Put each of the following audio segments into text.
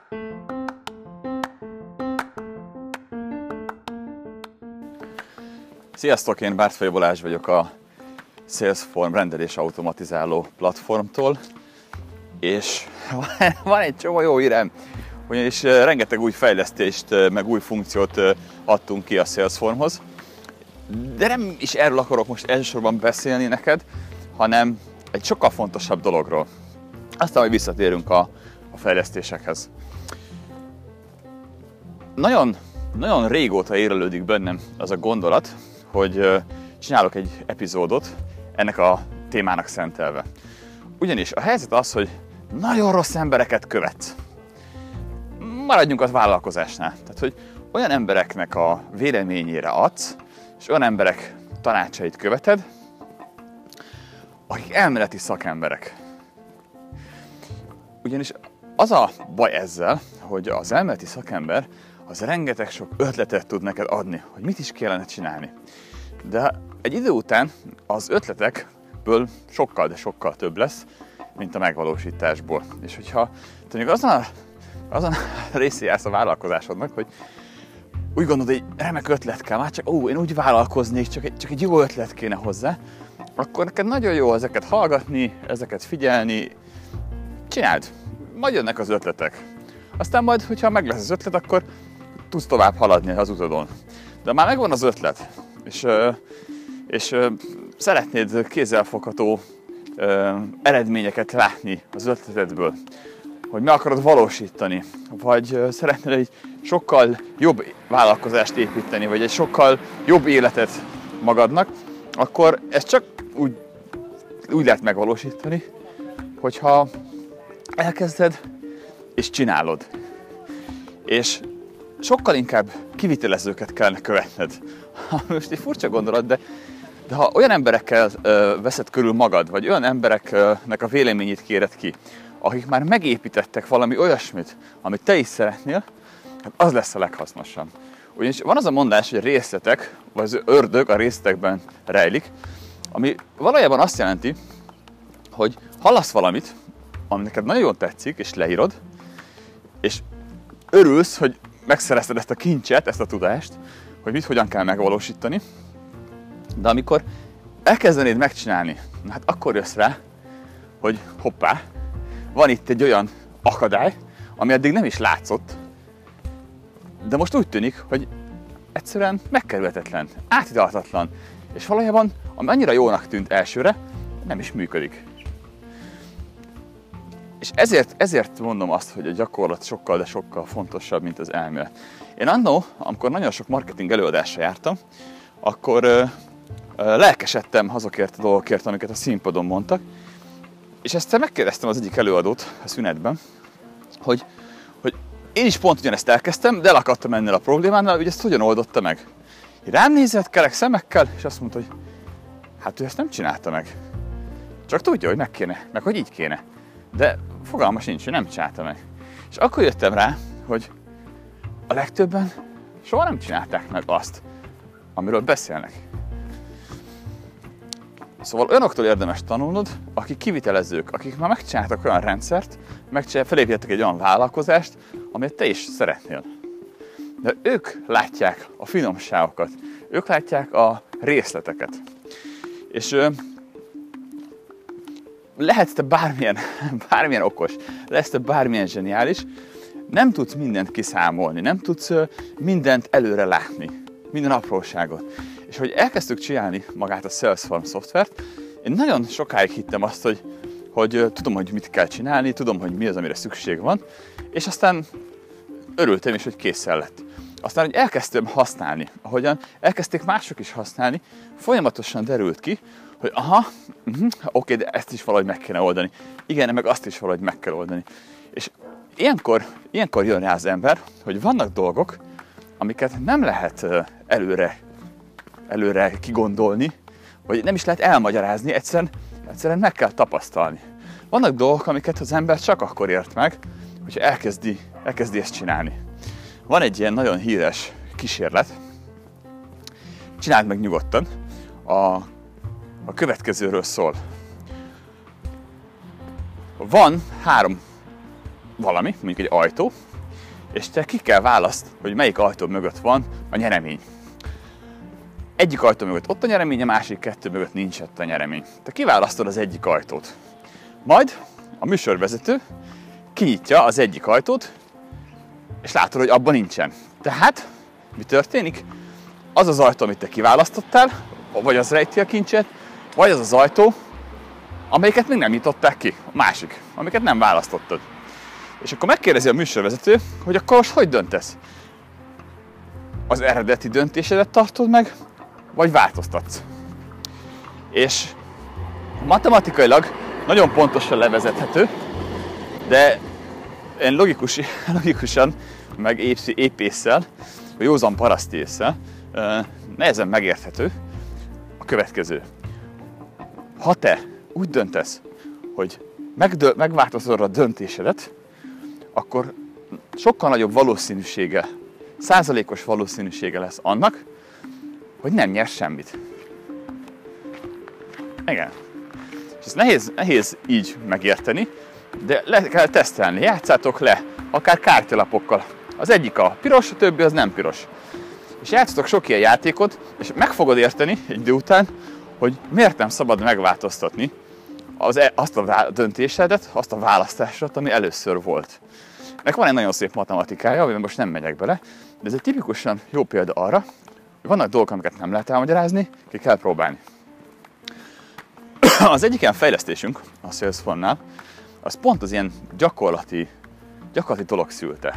Sziasztok, én Bártfai Balázs vagyok a Salesforce rendelés automatizáló platformtól, és van egy csomó jó hírem, ugyanis rengeteg új fejlesztést, meg új funkciót adtunk ki a Salesforce-hoz, de nem is erről akarok most elsősorban beszélni neked, hanem egy sokkal fontosabb dologról. Aztán, hogy visszatérünk a fejlesztésekhez. Nagyon régóta érlelődik bennem az a gondolat, hogy csinálok egy epizódot ennek a témának szentelve. Ugyanis a helyzet az, hogy nagyon rossz embereket követsz. Maradjunk a vállalkozásnál. Tehát, hogy olyan embereknek a véleményére adsz, és olyan emberek tanácsait követed, akik elméleti szakemberek. Ugyanis az a baj ezzel, hogy az elméleti szakember az rengeteg sok ötletet tud neked adni, hogy mit is kellene csinálni. De egy idő után az ötletekből sokkal, de sokkal több lesz, mint a megvalósításból. És hogyha mondjuk azon a részén jársz a vállalkozásodnak, hogy úgy gondolod, hogy remek ötlet kell, már csak én úgy vállalkoznék, csak egy jó ötlet kéne hozzá, akkor neked nagyon jó ezeket hallgatni, ezeket figyelni, csináld, majd jönnek az ötletek. Aztán majd, hogyha meg lesz az ötlet, akkor tudsz tovább haladni az utadon. De már megvan az ötlet, és szeretnéd kézzelfogható eredményeket látni az ötletedből, hogy meg akarod valósítani, vagy szeretnél egy sokkal jobb vállalkozást építeni, vagy egy sokkal jobb életet magadnak, akkor ezt csak úgy lehet megvalósítani, hogyha elkezded és csinálod. És sokkal inkább kivitelezőket kellene követned. Most egy furcsa gondolat, de ha olyan emberekkel veszed körül magad, vagy olyan embereknek a véleményét kéred ki, akik már megépítettek valami olyasmit, amit te is szeretnél, hát az lesz a leghasznosabb. Ugyanis van az a mondás, hogy a részletek, vagy az ördög a részletekben rejlik, ami valójában azt jelenti, hogy hallasz valamit, ami neked nagyon jól tetszik, és leírod, és örülsz, hogy megszerezted ezt a kincset, ezt a tudást, hogy mit hogyan kell megvalósítani, de amikor elkezdenéd megcsinálni, hát akkor jössz rá, hogy hoppá, van itt egy olyan akadály, ami eddig nem is látszott, de most úgy tűnik, hogy egyszerűen megkerülhetetlen, átidalhatatlan, és valójában, ami annyira jónak tűnt elsőre, nem is működik. És ezért mondom azt, hogy a gyakorlat sokkal, de sokkal fontosabb, mint az elmélet. Én annó, amikor nagyon sok marketing előadásra jártam, akkor lelkesedtem azokért a dolgokért, amiket a színpadon mondtak, és ezt megkérdeztem az egyik előadót a szünetben, hogy én is pont ugyanezt elkezdtem, de elakadtam ennél a problémánál, hogy ezt hogyan oldotta meg. Rám nézett kerek szemekkel, és azt mondta, hogy hát ő ezt nem csinálta meg. Csak tudja, hogy meg kéne, meg hogy így kéne. De fogalma sincs, hogy nem csinálta meg. És akkor jöttem rá, hogy a legtöbben soha nem csinálták meg azt, amiről beszélnek. Szóval olyanoktól érdemes tanulnod, akik kivitelezők, akik már megcsináltak olyan rendszert, felépítettek egy olyan vállalkozást, amit te is szeretnél. De ők látják a finomságokat, ők látják a részleteket. És lehetsz te bármilyen okos, lehetsz te bármilyen zseniális, nem tudsz mindent kiszámolni, nem tudsz mindent előre látni, minden apróságot. És hogy elkezdtük csinálni magát a Salesforce szoftvert, én nagyon sokáig hittem azt, hogy tudom, hogy mit kell csinálni, tudom, hogy mi az, amire szükség van, és aztán örültem is, hogy készen lett. Aztán, hogy elkezdtem használni, ahogyan elkezdték mások is használni, folyamatosan derült ki, hogy oké, de ezt is valahogy meg kéne oldani. Igen, meg azt is valahogy meg kell oldani. És ilyenkor jön rá az ember, hogy vannak dolgok, amiket nem lehet előre kigondolni, vagy nem is lehet elmagyarázni, egyszerűen meg kell tapasztalni. Vannak dolgok, amiket az ember csak akkor ért meg, hogyha elkezdi ezt csinálni. Van egy ilyen nagyon híres kísérlet, csináld meg nyugodtan, a következőről szól. Van 3 valami, mondjuk egy ajtó, és te ki kell választ, hogy melyik ajtó mögött van a nyeremény. Egyik ajtó mögött ott a nyeremény, a másik kettő mögött nincs ott a nyeremény. Te kiválasztod az egyik ajtót. Majd a műsorvezető kinyitja az egyik ajtót, és látod, hogy abban nincsen. Tehát mi történik? Az az ajtó, amit te kiválasztottál, vagy az rejti a kincset, vagy az az ajtó, amelyiket még nem nyitották ki. A másik, amiket nem választottad. És akkor megkérdezi a műsorvezető, hogy akkor most hogy döntesz? Az eredeti döntésedet tartod meg, vagy változtatsz? És matematikailag nagyon pontosan levezethető, de én logikusan, meg épésszel, vagy józan paraszti ésszel nehezen megérthető a következő. Ha te úgy döntesz, hogy megváltoztatod a döntésedet, akkor sokkal nagyobb valószínűsége, százalékos valószínűsége lesz annak, hogy nem nyersz semmit. Igen. És ezt nehéz így megérteni, de le kell tesztelni. Játszátok le, akár kártyalapokkal. Az egyik a piros, a többi az nem piros. És játszatok sok ilyen játékot, és meg fogod érteni egy idő után, hogy miért nem szabad megváltoztatni azt a döntésedet, azt a választásodat, ami először volt. Ennek van egy nagyon szép matematikája, amiben most nem megyek bele, de ez egy tipikusan jó példa arra, hogy vannak dolgok, amiket nem lehet elmagyarázni, ki kell próbálni. Az egyik ilyen fejlesztésünk a Salesforce-nál, az pont az ilyen gyakorlati dolog szülte.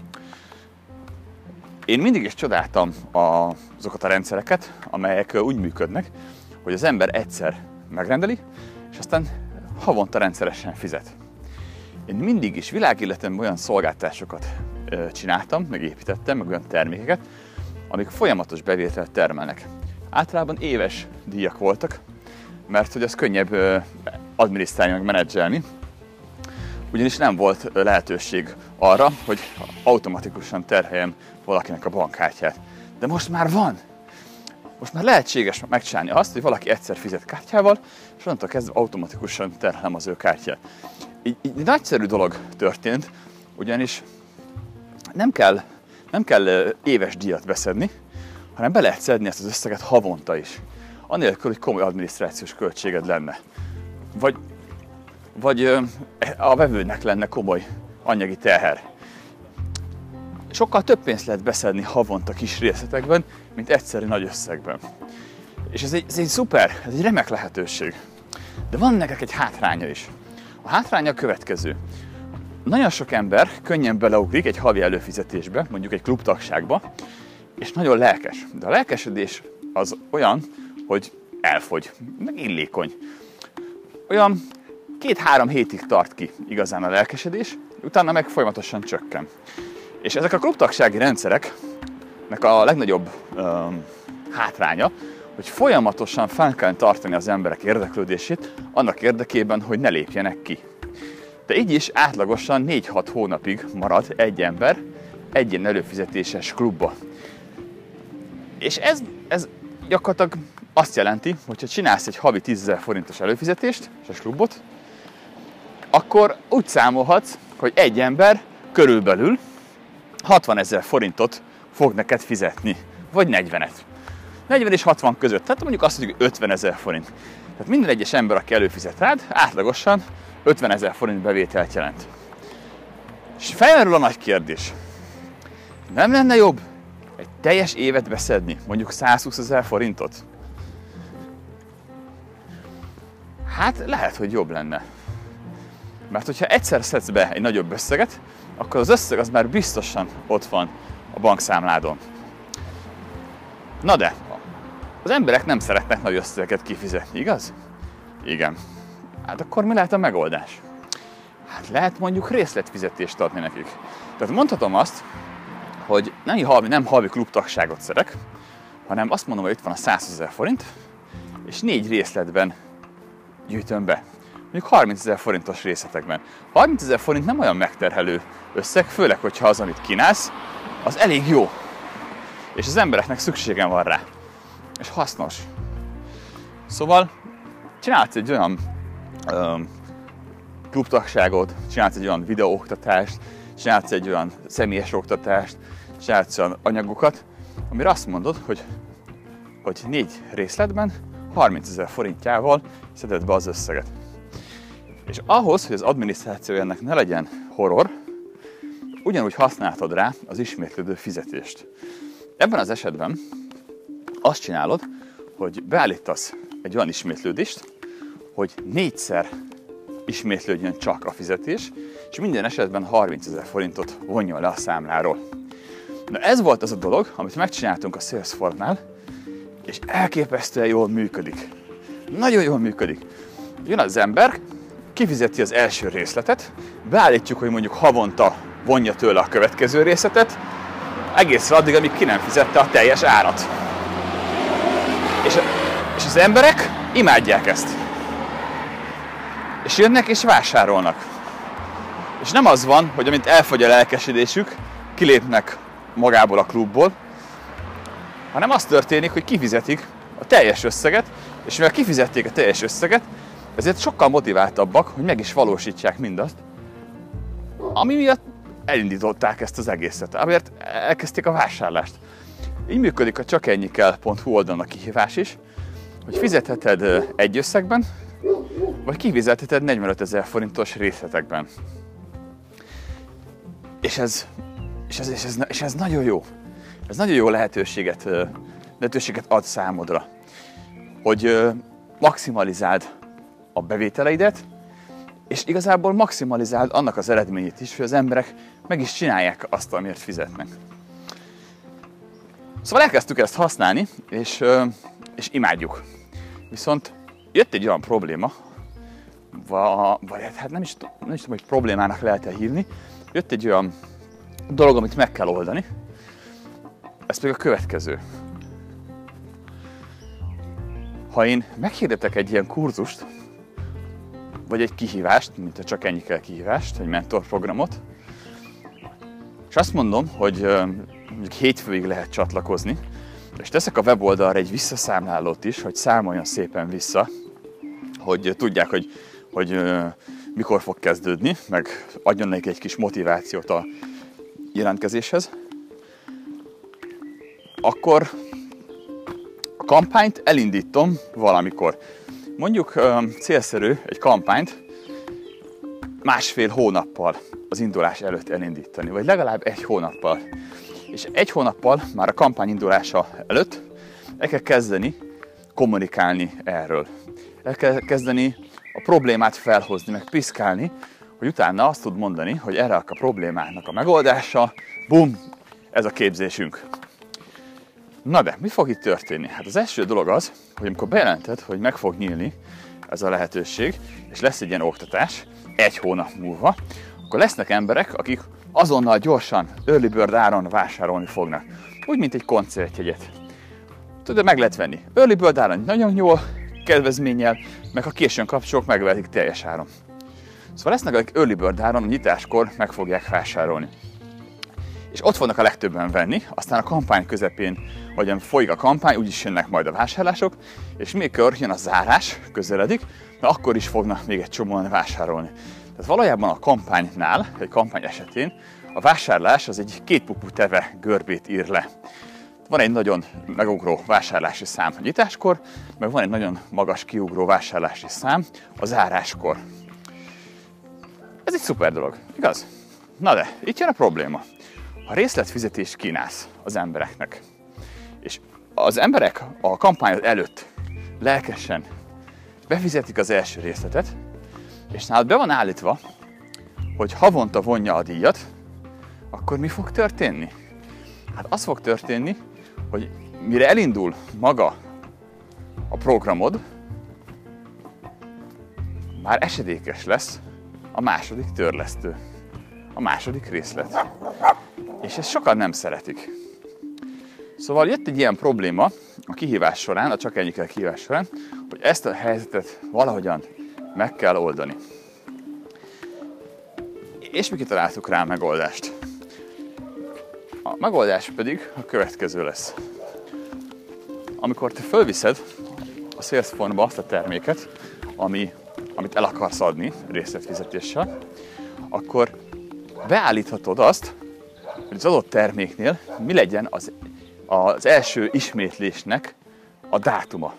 Én mindig is csodáltam azokat a rendszereket, amelyek úgy működnek, hogy az ember egyszer megrendeli, és aztán havonta rendszeresen fizet. Én mindig is világéletemben olyan szolgáltatásokat csináltam, meg építettem, meg olyan termékeket, amik folyamatos bevételt termelnek. Általában éves díjak voltak, mert hogy az könnyebb adminisztrálni, meg menedzselni, ugyanis nem volt lehetőség arra, hogy automatikusan terheljem valakinek a bankkártyát. De most már van! Most már lehetséges megcsinálni azt, hogy valaki egyszer fizet kártyával, és onnantól kezdve automatikusan terhelem az ő kártyát. Így nagyszerű dolog történt, ugyanis nem kell éves díjat beszedni, hanem be lehet szedni ezt az összeget havonta is. Anélkül, hogy komoly adminisztrációs költséged lenne. Vagy a vevőnek lenne komoly anyagi terher. Sokkal több pénzt lehet beszedni havonta kis részletekben, mint egyszerű nagy összegben. És ez egy szuper, ez egy remek lehetőség. De van nekik egy hátránya is. A hátránya a következő. Nagyon sok ember könnyen beleugrik egy havi előfizetésbe, mondjuk egy klubtagságba, és nagyon lelkes. De a lelkesedés az olyan, hogy elfogy, meg illékony. Olyan 2-3 hétig tart ki igazán a lelkesedés, utána meg folyamatosan csökken. És ezek a klubtagsági rendszereknek a legnagyobb hátránya, hogy folyamatosan fenn kell tartani az emberek érdeklődését annak érdekében, hogy ne lépjenek ki. De így is átlagosan 4-6 hónapig marad egy ember egy ilyen előfizetéses klubba. És ez gyakorlatilag azt jelenti, hogy ha csinálsz egy havi 10 000 forintos előfizetést, és klubot, akkor úgy számolhatsz, hogy egy ember körülbelül 60 000 forintot fog neked fizetni, vagy 40-et. 40 és 60 között, tehát mondjuk azt mondjuk 50 000 forint. Tehát minden egyes ember, aki előfizet rád, átlagosan 50 000 forint bevételt jelent. És felmerül a nagy kérdés. Nem lenne jobb egy teljes évet beszedni, mondjuk 120 000 forintot? Hát lehet, hogy jobb lenne. Mert hogyha egyszer szedsz be egy nagyobb összeget, akkor az összeg az már biztosan ott van a bankszámládon. Na de, az emberek nem szeretnek nagy összegeket kifizetni, igaz? Igen. Hát akkor mi lehet a megoldás? Hát lehet mondjuk részletfizetést adni nekik. Tehát mondhatom azt, hogy nem havi klubtagságot szedek, hanem azt mondom, hogy itt van a 100 000 forint, és 4 részletben gyűjtöm be. Mondjuk 30 000 forintos részletekben. 30 000 forint nem olyan megterhelő összeg, főleg, hogyha az, amit kínálsz, az elég jó. És az embereknek szükségem van rá. És hasznos. Szóval csinálsz egy olyan klubtagságot, csinálsz egy olyan videóoktatást, csinálsz egy olyan személyes oktatást, csinálsz olyan anyagokat, amire azt mondod, hogy 4 részletben 30 000 forintjával szeded be az összeget. És ahhoz, hogy az adminisztráció ennek ne legyen horror, ugyanúgy használhatod rá az ismétlődő fizetést. Ebben az esetben azt csinálod, hogy beállítasz egy olyan ismétlődést, hogy 4-szer ismétlődjön csak a fizetés, és minden esetben 30 000 forintot vonjon le a számláról. Na ez volt az a dolog, amit megcsináltunk a Salesforce-nál, és elképesztően jól működik. Nagyon jól működik. Jön az ember, kifizeti az első részletet, beállítjuk, hogy mondjuk havonta vonja tőle a következő részletet, egészen addig, amíg ki nem fizette a teljes árat. És az emberek imádják ezt. És jönnek és vásárolnak. És nem az van, hogy amint elfogy a lelkesedésük, kilépnek magából a klubból, hanem az történik, hogy kifizetik a teljes összeget, és mivel kifizették a teljes összeget, ezért sokkal motiváltabbak, hogy meg is valósítsák mindazt, ami miatt elindították ezt az egészet, amért elkezdték a vásárlást. Így működik a csakennyikkel.hu oldalon a kihívás is, hogy fizetheted egy összegben, vagy kifizetheted 45 000 forintos részletekben. És ez nagyon jó. Ez nagyon jó lehetőséget ad számodra, hogy maximalizáld a bevételeidet, és igazából maximalizáld annak az eredményét is, hogy az emberek meg is csinálják azt, amiért fizetnek. Szóval elkezdtük ezt használni, és imádjuk. Viszont jött egy olyan probléma, vagy hát nem is tudom, hogy problémának lehet-e hívni, jött egy olyan dolog, amit meg kell oldani, ez pedig a következő. Ha én meghirdetek egy ilyen kurzust, vagy egy kihívást, mint a Csak Ennyi Kell kihívást, egy mentorprogramot, és azt mondom, hogy mondjuk hétfőig lehet csatlakozni, és teszek a weboldalra egy visszaszámlálót is, hogy számoljon szépen vissza, hogy tudják, hogy mikor fog kezdődni, meg adjon nekik egy kis motivációt a jelentkezéshez, akkor a kampányt elindítom valamikor. Mondjuk célszerű egy kampányt 1,5 hónappal az indulás előtt elindítani, vagy legalább 1 hónappal. És 1 hónappal már a kampány indulása előtt el kell kezdeni kommunikálni erről. El kell kezdeni a problémát felhozni, meg piszkálni, hogy utána azt tud mondani, hogy erre a problémának a megoldása, bum, ez a képzésünk. Na de, mi fog itt történni? Hát az első dolog az, hogy amikor bejelented, hogy meg fog nyílni ez a lehetőség, és lesz egy ilyen oktatás 1 hónap múlva, akkor lesznek emberek, akik azonnal gyorsan, early bird áron vásárolni fognak. Úgy, mint egy koncertjegyet. Tudod, meg lehet venni. Early bird áron nagyon jól, kedvezménnyel, meg ha későn kapcsolok, megvehetik teljes áron. Szóval lesznek, akik early bird áron, a nyitáskor meg fogják vásárolni. És ott fognak a legtöbben venni, aztán a kampány közepén, ahogyan folyik a kampány, úgyis jönnek majd a vásárlások, és mikor jön a zárás, közeledik, na akkor is fognak még egy csomóan vásárolni. Tehát valójában a kampánynál, egy kampány esetén, a vásárlás az egy 2 pupu teve görbét ír le. Van egy nagyon megugró vásárlási szám a nyitáskor, meg van egy nagyon magas kiugró vásárlási szám a záráskor. Ez egy szuper dolog, igaz? Na de, itt jön a probléma. Ha részletfizetést kínálsz az embereknek, és az emberek a kampány előtt lelkesen befizetik az első részletet, és nálad be van állítva, hogy havonta vonja a díjat, akkor mi fog történni? Hát az fog történni, hogy mire elindul maga a programod, már esedékes lesz a második törlesztő, a második részlet. És ezt sokan nem szeretik. Szóval jött egy ilyen probléma a kihívás során, a Csak Ennyi Kell kihívás során, hogy ezt a helyzetet valahogyan meg kell oldani. És mi kitaláltuk rá a megoldást. A megoldás pedig a következő lesz. Amikor te fölviszed a Salesforce-ba azt a terméket, amit el akarsz adni részletfizetéssel, akkor beállíthatod azt, hogy az adott terméknél mi legyen az első ismétlésnek a dátuma.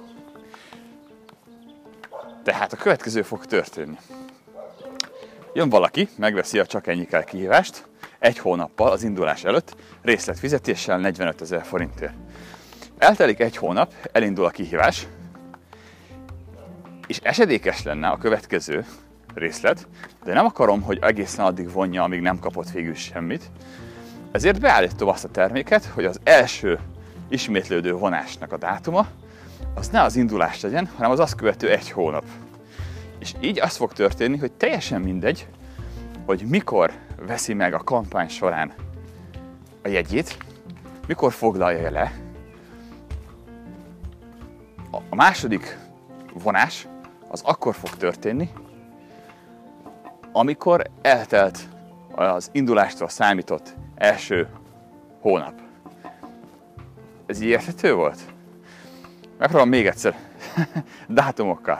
Tehát a következő fog történni. Jön valaki, megveszi a Csak ennyi kell kihívást 1 hónappal az indulás előtt részletfizetéssel 45 000 forintért. Eltelik 1 hónap, elindul a kihívás, és esedékes lenne a következő részlet, de nem akarom, hogy egészen addig vonja, amíg nem kapott végül semmit. Ezért beállítom azt a terméket, hogy az első ismétlődő vonásnak a dátuma az ne az indulás legyen, hanem az azt követő 1 hónap. És így az fog történni, hogy teljesen mindegy, hogy mikor veszi meg a kampány során a jegyét, mikor foglalja le. A második vonás az akkor fog történni, amikor eltelt az indulástól számított első hónap. Ez így érthető volt? Megpróbálom még egyszer dátumokkal.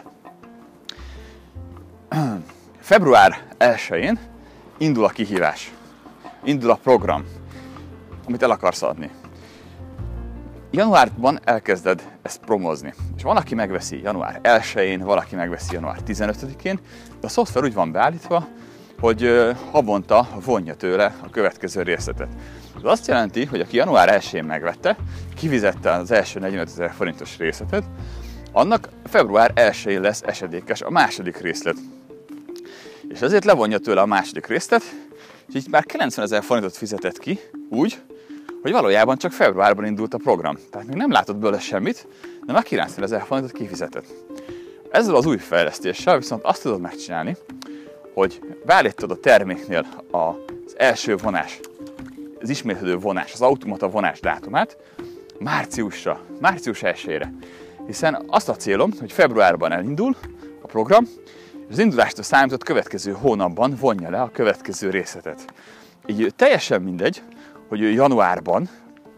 Február 1-én indul a kihívás, indul a program, amit el akarsz adni. Januárban elkezded ezt promozni, és van, aki megveszi január 1-én, valaki megveszi január 15-én, de a szoftver úgy van beállítva, hogy havonta vonja tőle a következő részletet. Ez azt jelenti, hogy aki január 1-én megvette, kifizette az első 45 000 forintos részletet, annak február 1-én lesz esedékes a második részlet. És ezért levonja tőle a második részletet, és így már 90 000 forintot fizetett ki úgy, hogy valójában csak februárban indult a program. Tehát még nem látod belőle semmit, de már 90 000 forintot kifizetett. Ezzel az új fejlesztéssel viszont azt tudod megcsinálni, hogy beállítod a terméknél az első vonás, az ismétlődő vonás, az automata vonás dátumát márciusra, március 1-ére. Hiszen azt a célom, hogy februárban elindul a program, és az indulástól számított következő hónapban vonja le a következő részletet. Így teljesen mindegy, hogy ő januárban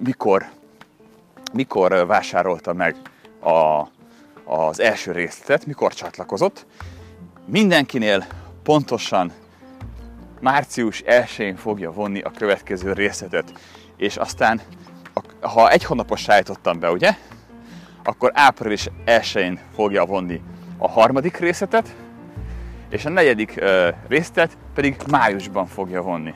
mikor vásárolta meg az első részletet, mikor csatlakozott. Mindenkinél pontosan március 1-én fogja vonni a következő részletet. És aztán, ha 1 hónapos állítottam be, ugye, akkor április 1-én fogja vonni a harmadik részletet, és a 4. részletet pedig májusban fogja vonni.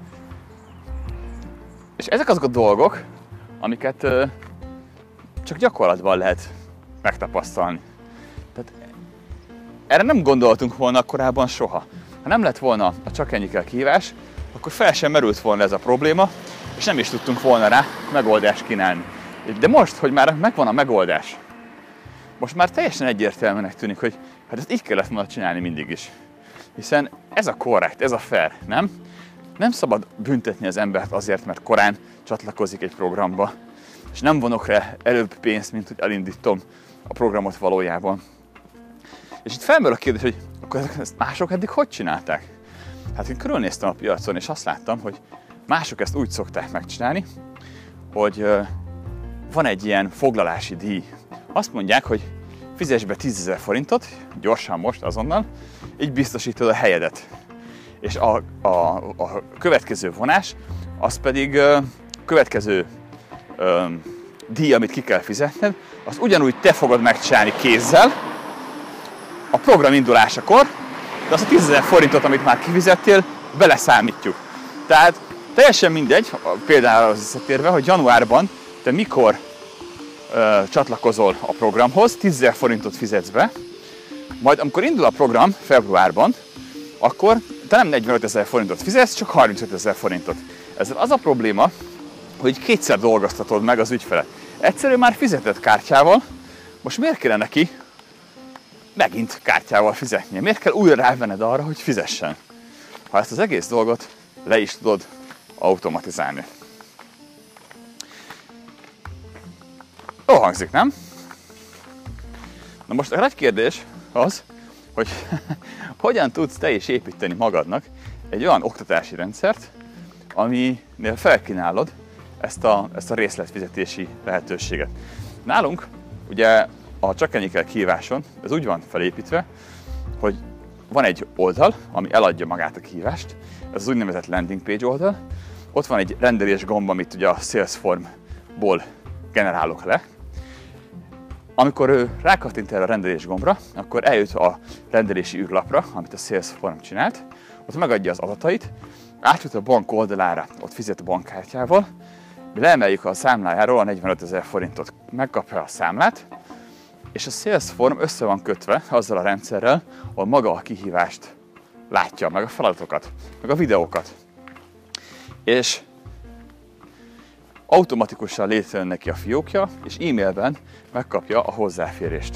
És ezek azok a dolgok, amiket csak gyakorlatban lehet megtapasztalni. Tehát erre nem gondoltunk volna korábban soha. Ha nem lett volna a Csak ennyi kell kihívás, akkor fel sem merült volna ez a probléma, és nem is tudtunk volna rá megoldást kínálni. De most, hogy már megvan a megoldás, most már teljesen egyértelműnek tűnik, hogy hát ezt így kellett volna csinálni mindig is. Hiszen ez a korrekt, ez a fair, nem? Nem szabad büntetni az embert azért, mert korán csatlakozik egy programba, és nem vonok rá előbb pénzt, mint hogy elindítom a programot valójában. És itt felmerül a kérdés, hogy akkor ezt mások eddig hogy csinálták? Hát én körülnéztem a piacon, és azt láttam, hogy mások ezt úgy szokták megcsinálni, hogy van egy ilyen foglalási díj. Azt mondják, hogy fizess be 10 000 forintot, gyorsan most, azonnal, így biztosítod a helyedet. És a következő vonás, az pedig következő díj, amit ki kell fizetned, azt ugyanúgy te fogod megcsinálni kézzel a program indulásakor, de azt a 10 000 forintot, amit már kifizettél, beleszámítjuk. Tehát teljesen mindegy, például az visszatérve, hogy januárban te mikor csatlakozol a programhoz, 10 000 forintot fizetsz be, majd amikor indul a program februárban, akkor te nem 45 000 forintot fizetsz, csak 35 000 forintot. Ezzel az a probléma, hogy kétszer dolgoztatod meg az ügyfelet. Egyszerűen már fizetett kártyával, most miért kéne neki megint kártyával fizetnie? Miért kell újra rávenned arra, hogy fizessen? Ha ezt az egész dolgot le is tudod automatizálni. Jó hangzik, nem? Na most a nagy kérdés az, hogy hogyan tudsz te is építeni magadnak egy olyan oktatási rendszert, aminél felkínálod ezt a részletfizetési lehetőséget. Nálunk ugye a Csak ennyi kell kihíváson, ez úgy van felépítve, hogy van egy oldal, ami eladja magát a kihívást, ez az úgynevezett landing page oldal. Ott van egy rendelés gomb, amit ugye a Salesforce-ból generálok le. Amikor ő rákattint erre a rendelés gombra, akkor eljut a rendelési űrlapra, amit a Salesforce csinált, ott megadja az adatait, átjut a bank oldalára, ott fizet a bankkártyával, mi leemeljük a számlájáról a 45 000 forintot, megkapja a számlát, és a Salesforce össze van kötve azzal a rendszerrel, ahol maga a kihívást látja, meg a feladatokat, meg a videókat. És automatikusan létrejön neki a fiókja, és e-mailben megkapja a hozzáférést.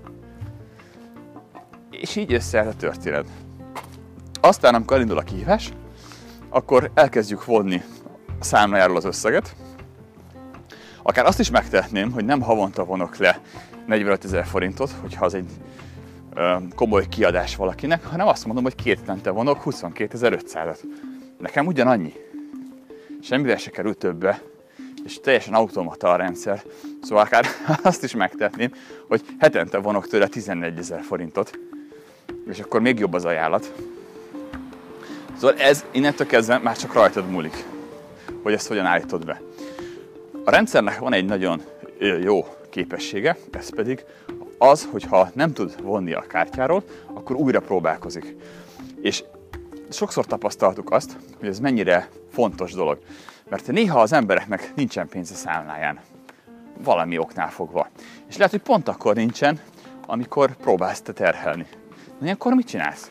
És így összeáll a történet. Aztán, amikor elindul a kihívás, akkor elkezdjük vonni a számlájáról az összeget. Akár azt is megtehetném, hogy nem havonta vonok le 45 000 forintot, hogyha az egy komoly kiadás valakinek, hanem azt mondom, hogy 2 hetente vonok 22 500-at. Nekem ugyanannyi. Semmivel se kerül többe, és teljesen automata a rendszer. Szóval akár azt is megtehetném, hogy hetente vonok tőle 14 000 forintot, és akkor még jobb az ajánlat. Szóval ez innentől kezdve már csak rajtad múlik, hogy ezt hogyan állítod be. A rendszernek van egy nagyon jó képessége, ez pedig az, hogy ha nem tud vonni a kártyáról, akkor újra próbálkozik. És sokszor tapasztaltuk azt, hogy ez mennyire fontos dolog. Mert néha az embereknek nincsen pénz a számláján. Valami oknál fogva. És lehet, hogy pont akkor nincsen, amikor próbálsz te terhelni. De ilyenkor mit csinálsz?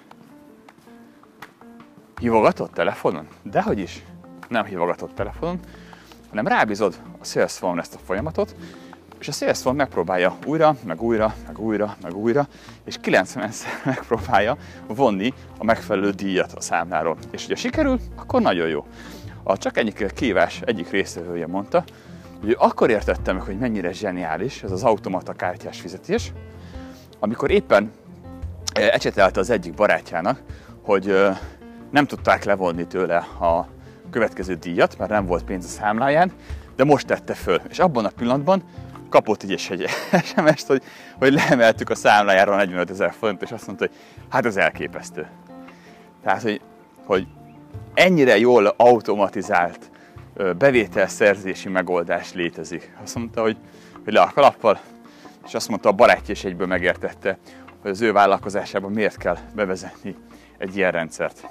Hívogatod telefonon? Dehogy is. Nem hívogatod telefonon, hanem rábízod a Salesforce ezt a folyamatot, és a Salesforce megpróbálja újra, meg újra, meg újra, meg újra, és 90-szer megpróbálja vonni a megfelelő díjat a számláról. És hogyha sikerül, akkor nagyon jó. A Csak Ennyi kihívás egyik résztvevője mondta, hogy ő akkor értette meg, hogy mennyire zseniális ez az automata kártyás fizetés, amikor éppen ecsetelte az egyik barátjának, hogy nem tudták levonni tőle a következő díjat, mert nem volt pénz a számláján, de most tette föl. És abban a pillanatban kapott így egy SMS-t, hogy leemeltük a számlájára 45 000 forint, és azt mondta, hogy hát ez elképesztő. Tehát, hogy ennyire jól automatizált bevételszerzési megoldás létezik. Azt mondta, hogy le a kalappal, és azt mondta, a barátja is egyből megértette, hogy az ő vállalkozásában miért kell bevezetni egy ilyen rendszert.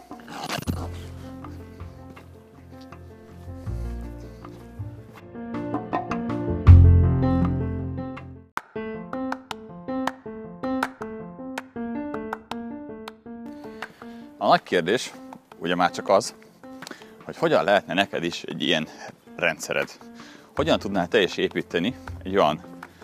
A nagy kérdés ugye már csak az, hogy hogyan lehetne neked is egy ilyen rendszered. Hogyan tudnál te is építeni egy olyan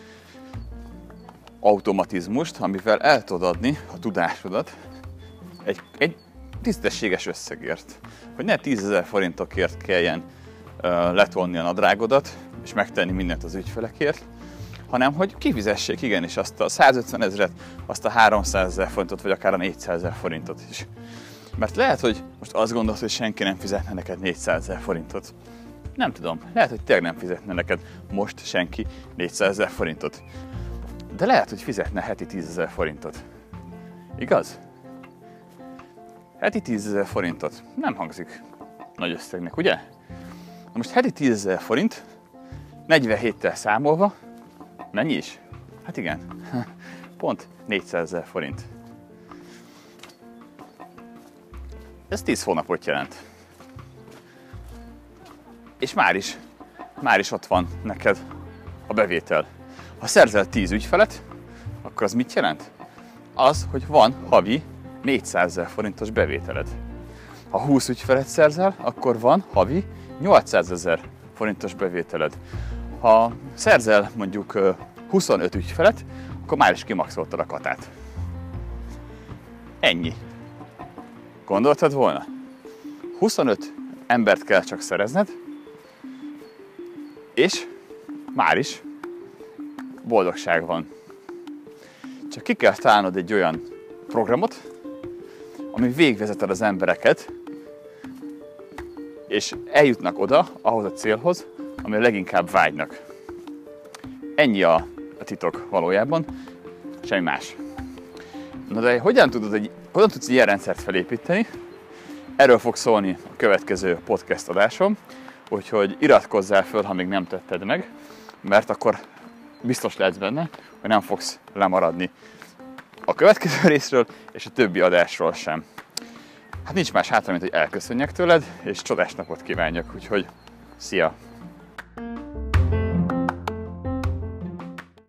automatizmust, amivel el tudod adni a tudásodat egy tisztességes összegért. Hogy ne 10 000 forintokért kelljen letolni a nadrágodat, és megtenni mindent az ügyfelekért, hanem hogy kifizessék igenis azt a 150 000-et, azt a 300 000 forintot, vagy akár a 400 000 forintot is. Mert lehet, hogy most azt gondolod, hogy senki nem fizetne neked 400 000 forintot. Nem tudom, lehet, hogy tényleg nem fizetne neked most senki 400 000 forintot. De lehet, hogy fizetne heti 10 000 forintot. Igaz? Heti 10 000 forintot. Nem hangzik nagy összegnek, ugye? Na most heti 10 000 forint, 47-tel számolva, mennyi is? Hát igen, pont 400 000 forint. Ez 10 hónapot jelent. És már is ott van neked a bevétel. Ha szerzel 10 ügyfelet, akkor az mit jelent? Az, hogy van havi 400 000 forintos bevételed. Ha 20 ügyfelet szerzel, akkor van havi 800 000 forintos bevételed. Ha szerzel mondjuk 25 ügyfelet, akkor már is kimaxoltad a katát. Ennyi. Gondoltad volna? 25 embert kell csak szerezned, és már is boldogság van. Csak ki kell találnod egy olyan programot, ami végigvezeted az embereket, és eljutnak oda, ahhoz a célhoz, amire leginkább vágynak. Ennyi a titok valójában, semmi más. Na de hogyan tudod egy Hogyan tudsz ilyen rendszert felépíteni? Erről fog szólni a következő podcast adásom, úgyhogy iratkozzál föl, ha még nem tetted meg, mert akkor biztos lehetsz benne, hogy nem fogsz lemaradni a következő részről és a többi adásról sem. Hát nincs más hátra, mint hogy elköszönjek tőled, és csodás napot kívánjak, úgyhogy szia!